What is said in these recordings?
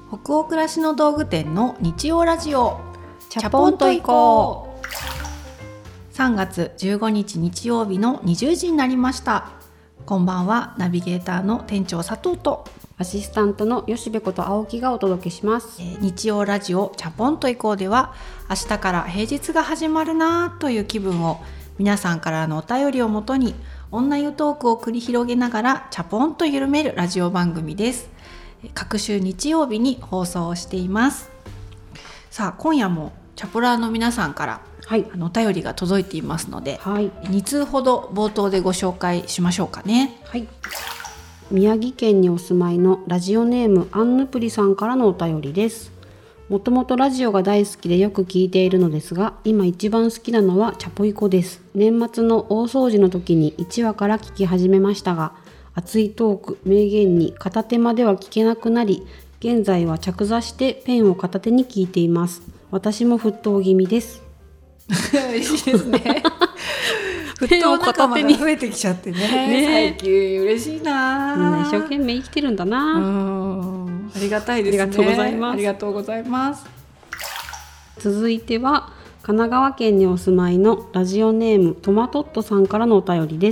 北欧暮らしの道具店の日曜ラジオ、チャポンと行こう。3月15日日曜日の20時になりました。こんばんは。ナビゲーターの店長佐藤とアシスタントの吉部こと青木がお届けします。 日曜ラジオチャポンと行こうでは、明日から平日が始まるなという気分を皆さんからのお便りをもとに女湯トークを繰り広げながらチャポンと緩めるラジオ番組です。各週日曜日に放送をしています。さあ、今夜もチャポラーの皆さんから、お便りが届いていますので、2通ほど冒頭でご紹介しましょうかね。 宮城県にお住まいのラジオネームアンヌプリさんからのお便りです。もともとラジオが大好きでよく聞いているのですが、今一番好きなのはチャポイコです。年末の大掃除の時に1話から聞き始めましたが、熱いトーク、名言に片手間では聞けなくなり、現在は着座してペンを片手に聞いています。私も沸騰気味です。 嬉しいですね。沸騰仲間が増えてきちゃってね。最近嬉しいな。 みんな一生懸命生きてるんだな。 ありがたいですね。 ありがとうございます。 ありがとうございます。 続いては神奈川県にお住まいのラジオネームトマトットさんからのお便りです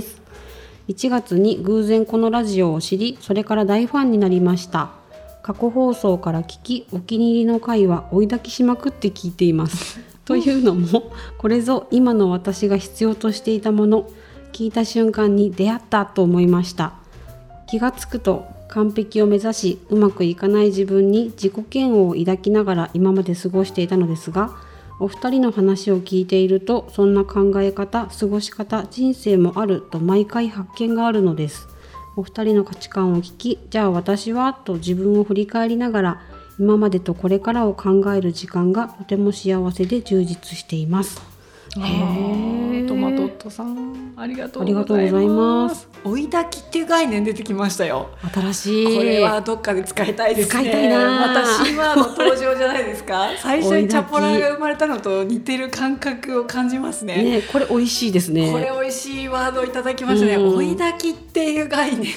。1月に偶然このラジオを知り、それから大ファンになりました。過去放送から聞き、お気に入りの回は追い焚きしまくって聞いていますというのも、これぞ今の私が必要としていたもの。聞いた瞬間に出会ったと思いました。気がつくと完璧を目指し、うまくいかない自分に自己嫌悪を抱きながら今まで過ごしていたのですが、お二人の話を聞いていると、そんな考え方、過ごし方、人生もあると毎回発見があるのです。お二人の価値観を聞き、じゃあ私はと自分を振り返りながら、今までとこれからを考える時間がとても幸せで充実しています。 トマトットさん、ありがとうございます。追い焚きっていう概念出てきましたよ。 新しい。 これはどっかで使いたいですね。 使いたいな。 また神話の登場じゃないですか。最初にチャポラーが生まれたのと似てる感覚を感じますね。 これ美味しいですね。 これ美味しいワードいただきましたね。追い焚きっていう概念。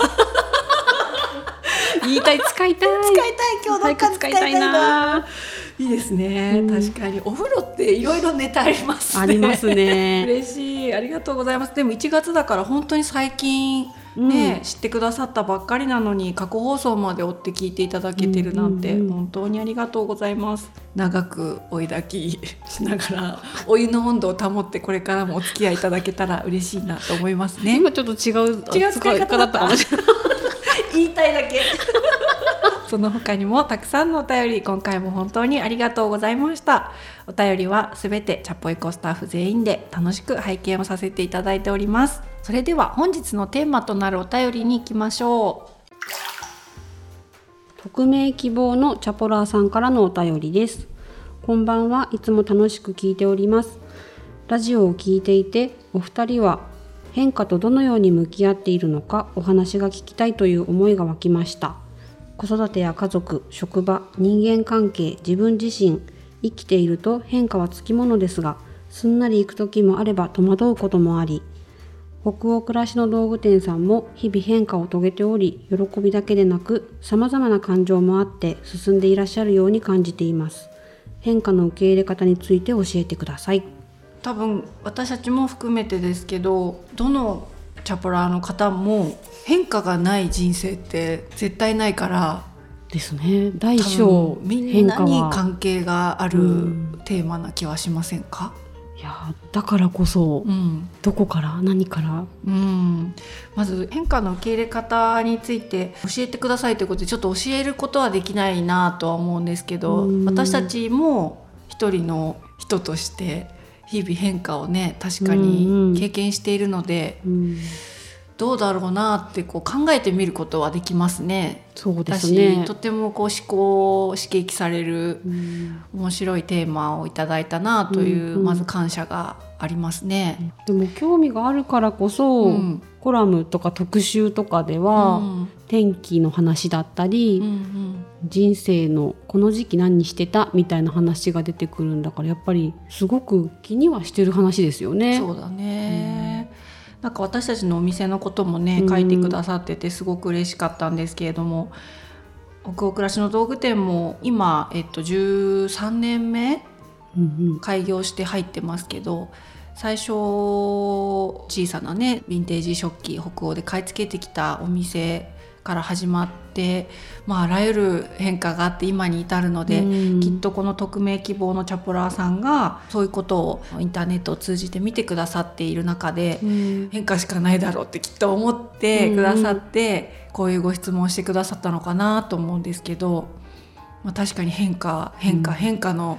言いたい、使いたい。 今日どっか使いたいな。いいですね、確かにお風呂っていろいろネタありますね。 ありますね。 嬉しい、ありがとうございます。でも1月だから本当に最近知ってくださったばっかりなのに、過去放送まで追って聞いていただけてるなんて、本当にありがとうございます。長く追い焚きしながらお湯の温度を保って、これからもお付き合いいただけたら嬉しいなと思いますね。 今ちょっと違う使い方だったかもしれない。言いたいだけ。その他にもたくさんのお便り、今回も本当にありがとうございました。お便りはすべてチャポイコスタッフ全員で楽しく拝見をさせていただいております。それでは本日のテーマとなるお便りに行きましょう。 匿名希望のチャポラーさんからのお便りです。こんばんは。いつも楽しく聞いております。ラジオを聞いていて、お二人は変化とどのように向き合っているのか、お話が聞きたいという思いが湧きました。子育てや家族、職場、人間関係、自分自身、生きていると変化はつきものですが、すんなりいく時もあれば戸惑うこともあり、北欧暮らしの道具店さんも日々変化を遂げており、喜びだけでなく様々な感情もあって進んでいらっしゃるように感じています。変化の受け入れ方について教えてください。 多分私たちも含めてですけど、どのチャポラーの方も変化がない人生って絶対ないからですね。大小みんなに関係があるテーマな気はしませんか？ いや、だからこそ、どこから何から、 まず変化の受け入れ方について教えてくださいということで、ちょっと教えることはできないなとは思うんですけど、私たちも一人の人として日々変化をね、確かに経験しているので、どうだろうなって考えてみることはできますね。 そうですね。 とても思考を刺激される面白いテーマをいただいたなという、まず感謝がありますね。 でも興味があるからこそ、コラムとか特集とかでは、天気の話だったり、人生のこの時期何してたみたいな話が出てくるんだから、やっぱりすごく気にはしてる話ですよね。 そうだね、なんか私たちのお店のこともね書いてくださっててすごく嬉しかったんですけれども、 北欧暮らしの道具店も今、13年目開業して入ってますけど、最初小さなねヴィンテージ食器北欧で買い付けてきたお店から始まって、あらゆる変化があって今に至るので、きっとこの匿名希望のチャポラーさんがそういうことをインターネットを通じて見てくださっている中で、変化しかないだろうってきっと思ってくださって、こういうご質問をしてくださったのかなと思うんですけど、確かに変化の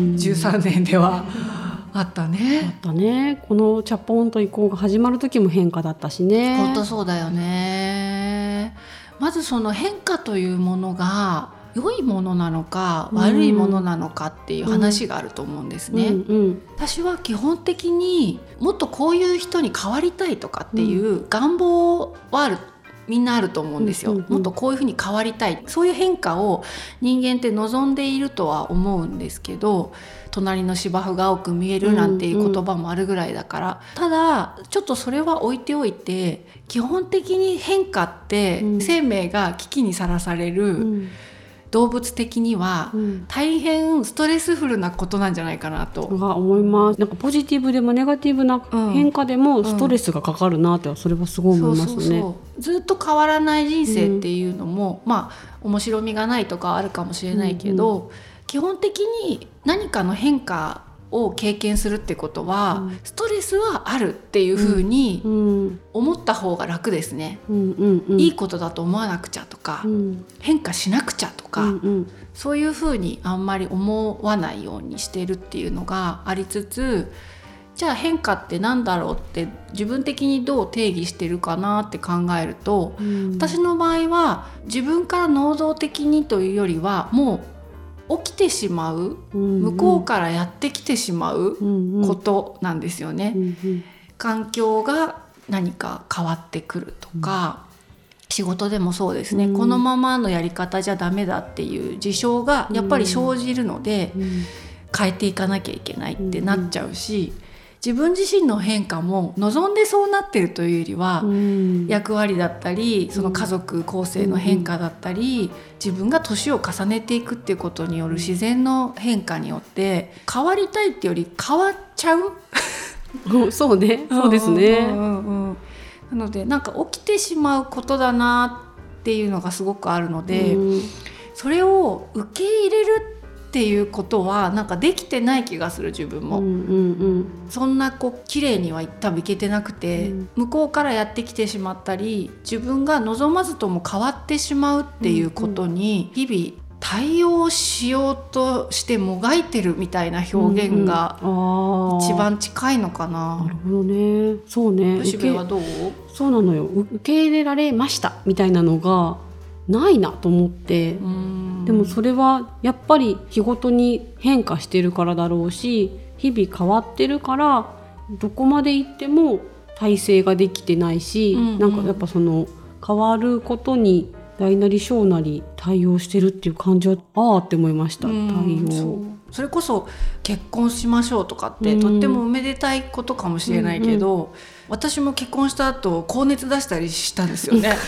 13年ではあったね。 あったね。このチャポンと移行が始まる時も変化だったしね。 本当そうだよね。まずその変化というものが良いものなのか悪いものなのかっていう話があると思うんですね。私は基本的にもっとこういう人に変わりたいとかっていう願望はある、みんなあると思うんですよ。もっとこういうふうに変わりたい、そういう変化を人間って望んでいるとは思うんですけど、隣の芝生が青く見えるなんていう言葉もあるぐらいだから、ただちょっとそれは置いておいて、基本的に変化って生命が危機にさらされる、動物的には大変ストレスフルなことなんじゃないかなと思います。なんかポジティブでもネガティブな変化でもストレスがかかるなって、それはすごい思いますね。 ずっと変わらない人生っていうのも、面白みがないとかあるかもしれないけど、基本的に何かの変化を経験するってことは、ストレスはあるっていうふうに思った方が楽ですね。いいことだと思わなくちゃとか、変化しなくちゃとか、そういうふうにあんまり思わないようにしてるっていうのがありつつ、じゃあ変化ってなんだろうって自分的にどう定義してるかなって考えると、私の場合は自分から能動的にというよりはもう起きてしまう、向こうからやってきてしまうことなんですよね。環境が何か変わってくるとか、仕事でもそうですね、このままのやり方じゃダメだっていう事象がやっぱり生じるので、変えていかなきゃいけないってなっちゃうし、自分自身の変化も望んでそうなってるというよりは、役割だったりその家族構成の変化だったり、自分が年を重ねていくっていうことによる自然の変化によって変わりたいってより変わっちゃうそうね、そうですね。 なのでなんか起きてしまうことだなっていうのがすごくあるので、それを受け入れるっていうことはなんかできてない気がする、自分も。そんな綺麗には多分いけてなくて、向こうからやってきてしまったり、自分が望まずとも変わってしまうっていうことに日々対応しようとしてもがいてるみたいな表現が一番近いのかな。 なるほどね。そうね。 吉部はどう？ そうなのよ。受け入れられましたみたいなのがないなと思って。でもそれはやっぱり日ごとに変化してるからだろうし、日々変わってるからどこまで行っても体制ができてないし、なんかやっぱその変わることに大なり小なり対応してるっていう感じはって思いました。対応。 それこそ結婚しましょうとかってとってもおめでたいことかもしれないけど、私も結婚した後高熱出したりしたんですよね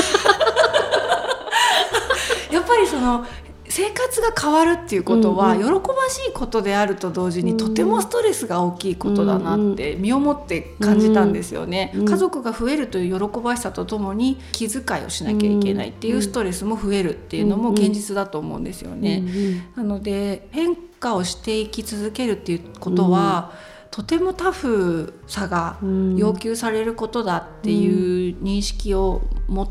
やっぱりその生活が変わるっていうことは喜ばしいことであると同時にとてもストレスが大きいことだなって身をもって感じたんですよね。家族が増えるという喜ばしさとともに気遣いをしなきゃいけないっていうストレスも増えるっていうのも現実だと思うんですよね。なので変化をしていき続けるっていうことは、とてもタフさが要求されることだっていう認識を持って、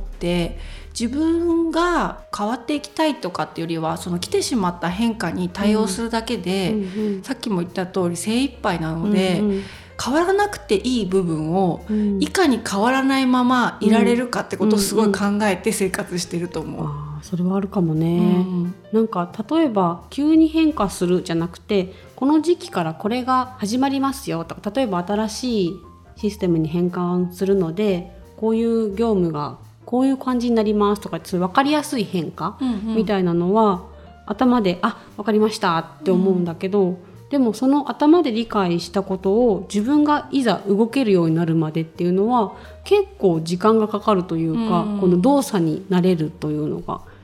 自分が変わっていきたいとかっていうよりはその来てしまった変化に対応するだけで、さっきも言った通り精一杯なので、変わらなくていい部分をいかに変わらないままいられるかってことをすごい考えて生活してると思う。 それはあるかもね。なんか例えば急に変化するじゃなくて、この時期からこれが始まりますよとか、例えば新しいシステムに変換するのでこういう業務がこういう感じになりますとか、そういう分かりやすい変化みたいなのは、頭で分かりましたって思うんだけど、でもその頭で理解したことを自分がいざ動けるようになるまでっていうのは結構時間がかかるというか、この動作になれるというのが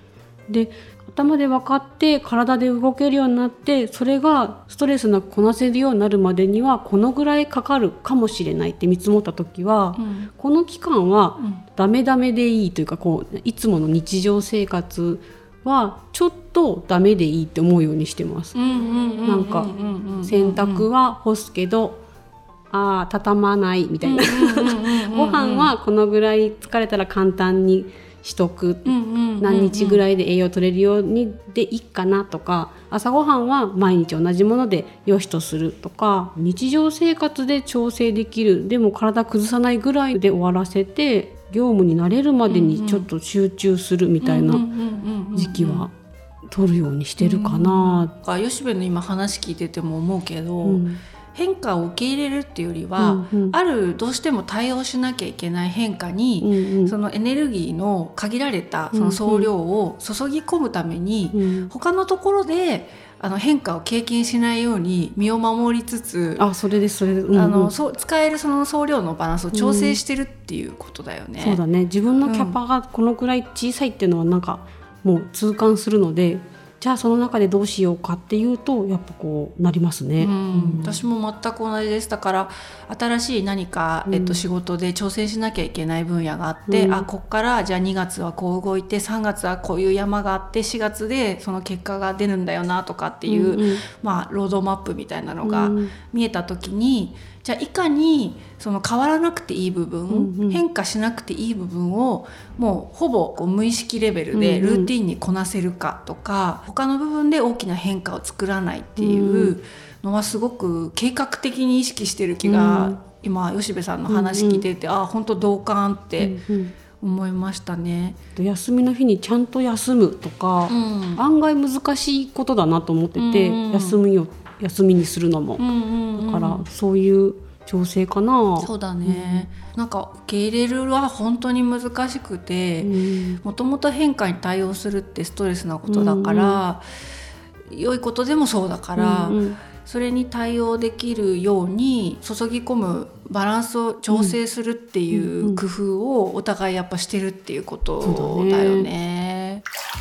で頭で分かって体で動けるようになって、それがストレスなくこなせるようになるまでにはこのぐらいかかるかもしれないって見積もった時は、この期間はダメダメでいいというか、こういつもの日常生活はちょっとダメでいいって思うようにしてます。なんか洗濯は干すけど畳まないみたいなご飯はこのぐらい疲れたら簡単にしとく、何日ぐらいで栄養取れるようにでいいかなとか、朝ごはんは毎日同じものでよしとするとか、日常生活で調整できる、でも体崩さないぐらいで終わらせて業務に慣れるまでにちょっと集中するみたいな時期は取るようにしてるかな。 吉部の今話聞いてても思うけど、変化を受け入れるっていうよりは、あるどうしても対応しなきゃいけない変化に、そのエネルギーの限られたその総量を注ぎ込むために、他のところで変化を経験しないように身を守りつつ、 それです、 使えるその総量のバランスを調整してるっていうことだよね。 そうだね。自分のキャパがこのくらい小さいっていうのはなんかもう痛感するので、じゃあその中でどうしようかっていうとやっぱこうなりますね。 私も全く同じです。だから新しい何か、仕事で挑戦しなきゃいけない分野があって、こっからじゃあ2月はこう動いて、3月はこういう山があって、4月でその結果が出るんだよなとかっていう、ロードマップみたいなのが見えた時に、じゃあいかにその変わらなくていい部分、変化しなくていい部分をもうほぼこう無意識レベルでルーティンにこなせるかとか、他の部分で大きな変化を作らないっていうのはすごく計画的に意識してる気が、今吉部さんの話聞いてて、本当同感って思いましたね。 休みの日にちゃんと休むとか、案外難しいことだなと思ってて、休みにするのも、だからそういう調整かな。 そうだね、なんか受け入れるは本当に難しくて、もともと変化に対応するってストレスなことだから、良いことでもそうだから、それに対応できるように注ぎ込むバランスを調整するっていう工夫をお互いやっぱしてるっていうことだよね。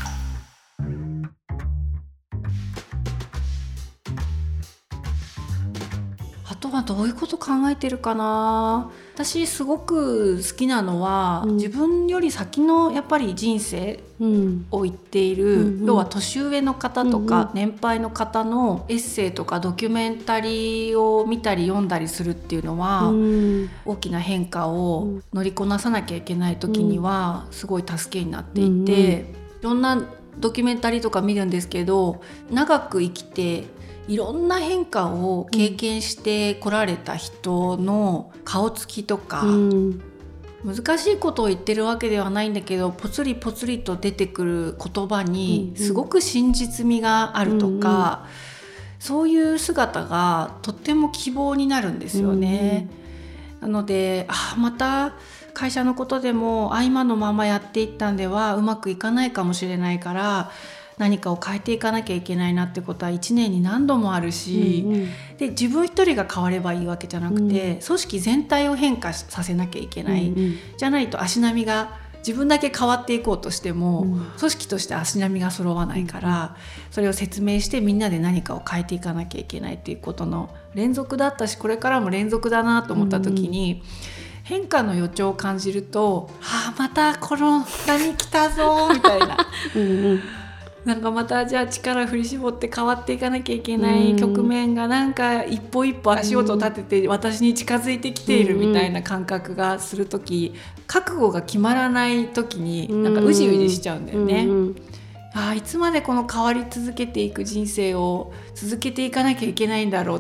あとはどういうこと考えてるかな。私すごく好きなのは、自分より先のやっぱり人生を言っている、要は年上の方とか年配の方のエッセイとかドキュメンタリーを見たり読んだりするっていうのは、大きな変化を乗りこなさなきゃいけない時にはすごい助けになっていて、いろんなドキュメンタリーとか見るんですけど、長く生きていろんな変化を経験してこられた人の顔つきとか、難しいことを言ってるわけではないんだけど、ポツリポツリと出てくる言葉にすごく真実味があるとか、そういう姿がとっても希望になるんですよね。なのでまた会社のことでも今のままやっていったんではうまくいかないかもしれないから、何かを変えていかなきゃいけないなってことは1年に何度もあるし、で自分一人が変わればいいわけじゃなくて、組織全体を変化させなきゃいけない、じゃないと足並みが自分だけ変わっていこうとしても、組織として足並みが揃わないから、それを説明してみんなで何かを変えていかなきゃいけないっていうことの連続だったし、これからも連続だなと思った時に、変化の予兆を感じると、またこの波来たぞみたいななんかまたじゃあ力振り絞って変わっていかなきゃいけない局面がなんか一歩一歩足音を立てて私に近づいてきているみたいな感覚がするとき、覚悟が決まらないときになんかうじうじしちゃうんだよね。いつまでこの変わり続けていく人生を続けていかなきゃいけないんだろうって、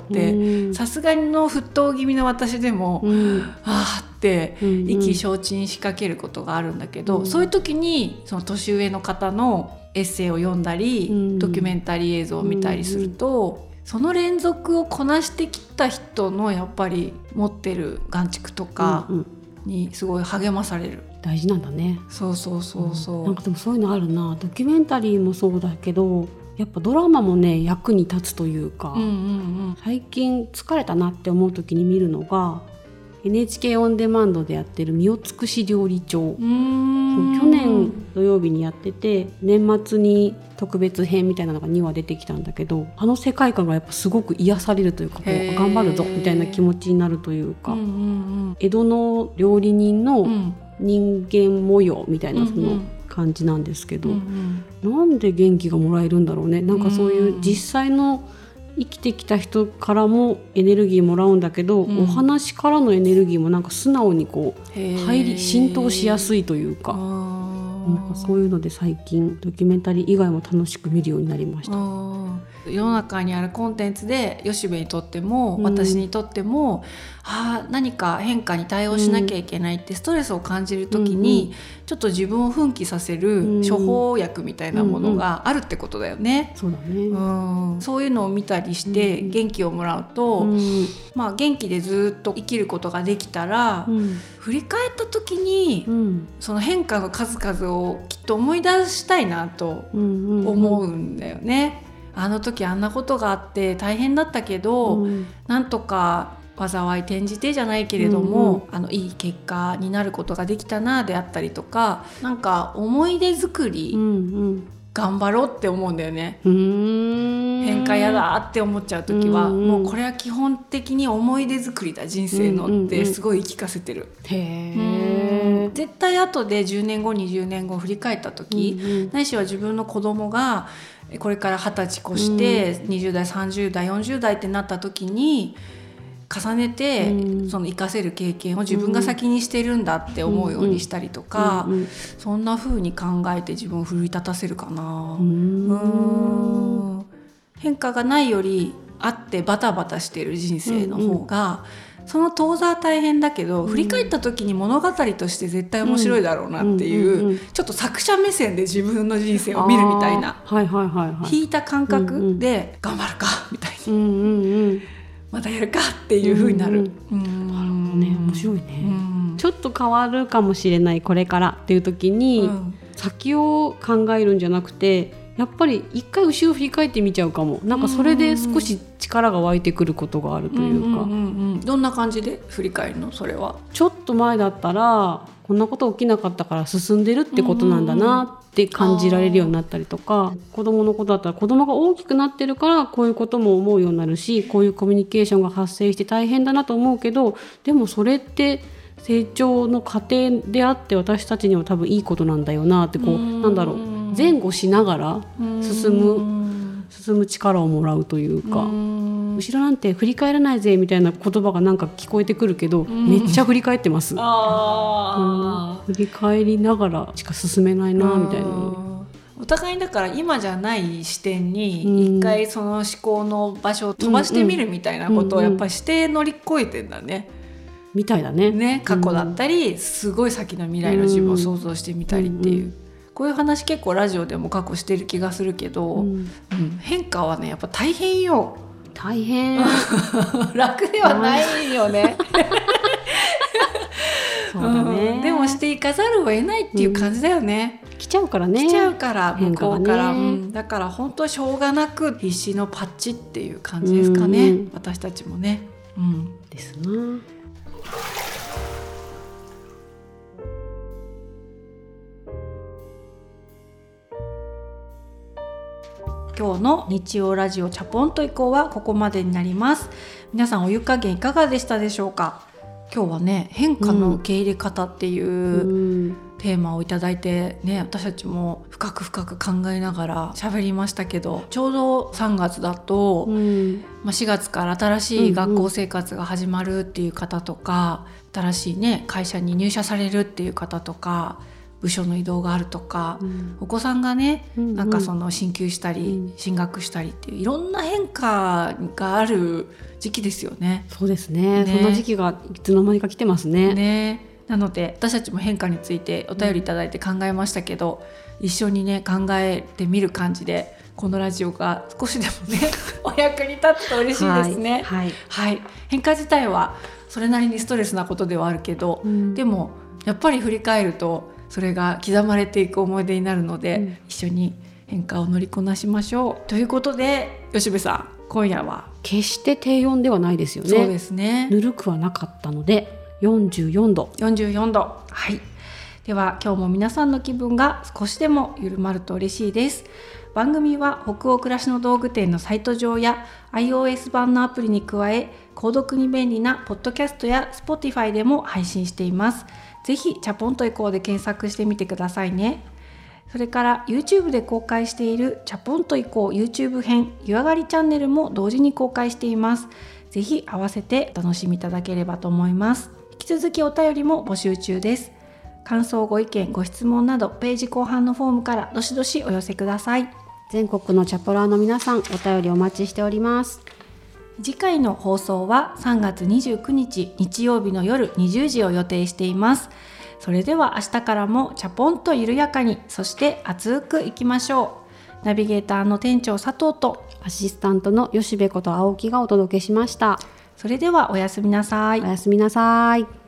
さすがの沸騰気味の私でも、って意気消沈しかけることがあるんだけど、そういう時にその年上の方のエッセイを読んだり、ドキュメンタリー映像を見たりすると、その連続をこなしてきた人のやっぱり持ってる眼蓄とかにすごい励まされる。 大事なんだね。 そう、 なんかでもそういうのあるな。ドキュメンタリーもそうだけど、やっぱドラマもね役に立つというか、最近疲れたなって思う時に見るのが NHK オンデマンドでやってる身を尽くし料理長、去年土曜日にやってて、年末に特別編みたいなのが2話出てきたんだけど、あの世界観がやっぱすごく癒されるというか、こう頑張るぞみたいな気持ちになるというか、江戸の料理人の人間模様みたいなその感じなんですけど、なんで元気がもらえるんだろうね。なんかそういう実際の生きてきた人からもエネルギーもらうんだけど、お話からのエネルギーもなんか素直にこう浸透しやすいというか、なんかそういうので最近ドキュメンタリー以外も楽しく見るようになりました。 世の中にあるコンテンツで吉部にとっても私にとっても、何か変化に対応しなきゃいけないってストレスを感じる時に、ちょっと自分を奮起させる処方薬みたいなものがあるってことだよね。 そうだね。 そういうのを見たりして元気をもらうと、元気でずっと生きることができたら、振り返った時に、その変化の数々をきっと思い出したいなと思うんだよね。あの時あんなことがあって大変だったけど、なんとか災い転じてじゃないけれども、いい結果になることができたなであったりとか、なんか思い出作り、頑張ろうって思うんだよね。変化やだって思っちゃう時は、もうこれは基本的に思い出作りだ人生のってすごい言い聞かせてる。絶対後で10年後20年後振り返った時、ないしは自分の子供がこれから20歳越して20代30代40代ってなった時に重ねてその活かせる経験を自分が先にしてるんだって思うようにしたりとか、そんな風に考えて自分を奮い立たせるかな。変化がないよりあってバタバタしてる人生の方が、その当座は大変だけど、振り返った時に物語として絶対面白いだろうなっていう、ちょっと作者目線で自分の人生を見るみたいな、引いた感覚で頑張るかみたいに、またやるかっていう風になる。 面白いね。ちょっと変わるかもしれないこれからっていう時に、先を考えるんじゃなくて、やっぱり一回後ろ振り返ってみちゃうかも。なんかそれで少し力が湧いてくることがあるというか。 どんな感じで振り返るの？それはちょっと前だったらこんなこと起きなかったから進んでるってことなんだなって感じられるようになったりとか、子供のことだったら子供が大きくなってるからこういうことも思うようになるし、こういうコミュニケーションが発生して大変だなと思うけど、でもそれって成長の過程であって私たちには多分いいことなんだよなって、こうなんだろう、前後しながら進む力をもらうというか、後ろなんて振り返らないぜみたいな言葉がなんか聞こえてくるけど、めっちゃ振り返ってます。振り返りながらしか進めないなみたいな。 お互いだから今じゃない視点に一回その思考の場所を飛ばしてみるみたいなことをやっぱりして乗り越えてんだね。 みたいだね。 過去だったり、すごい先の未来の自分を想像してみたりっていう、こういう話結構ラジオでも過去してる気がするけど、変化はねやっぱ大変よ。 大変楽ではないよね。 そうだね。 でもしていかざるを得ないっていう感じだよね。 来ちゃうからね。 来ちゃうから向こうから、 ね、 だから本当しょうがなく必死のパッチっていう感じですかね、私たちもね。 ですな。 今日の日曜ラジオチャポンと移行はここまでになります。皆さんお湯加減いかがでしたでしょうか？今日はね、変化の受け入れ方っていうテーマをいただいてね、私たちも深く考えながら喋りましたけど、ちょうど3月だと、4月から新しい学校生活が始まるっていう方とか、新しいね会社に入社されるっていう方とか、部署の移動があるとか、お子さんがね、なんかその進級したり、進学したりっていういろんな変化がある時期ですよね。 そうですね。そんな時期がいつの間にか来てますね。 なので私たちも変化についてお便りいただいて考えましたけど、一緒にね考えてみる感じで、このラジオが少しでもねお役に立つと嬉しいですね。変化自体はそれなりにストレスなことではあるけど、でもやっぱり振り返るとそれが刻まれていく思い出になるので、一緒に変化を乗りこなしましょうということで、吉部さん今夜は決して低温ではないですよね。 そうですね。 ぬるくはなかったので、 44度。 44度。はい。では今日も皆さんの気分が少しでも緩まると嬉しいです。番組は北欧暮らしの道具店のサイト上や iOS 版のアプリに加え、購読に便利なポッドキャストや Spotify でも配信しています。ぜひチャポンと行こうで検索してみてくださいね。それから YouTube で公開しているチャポンと行こう YouTube 編湯上がりチャンネルも同時に公開しています。ぜひ合わせてお楽しみいただければと思います。引き続きお便りも募集中です。感想、ご意見、ご質問などページ後半のフォームからどしどしお寄せください。 全国のチャポラーの皆さん、お便りお待ちしております。 次回の放送は3月29日日曜日の夜20時を予定しています。それでは明日からもチャポンと緩やかに、そして熱くいきましょう。ナビゲーターの店長佐藤とアシスタントの吉部こと青木がお届けしました。 それではおやすみなさい。 おやすみなさい。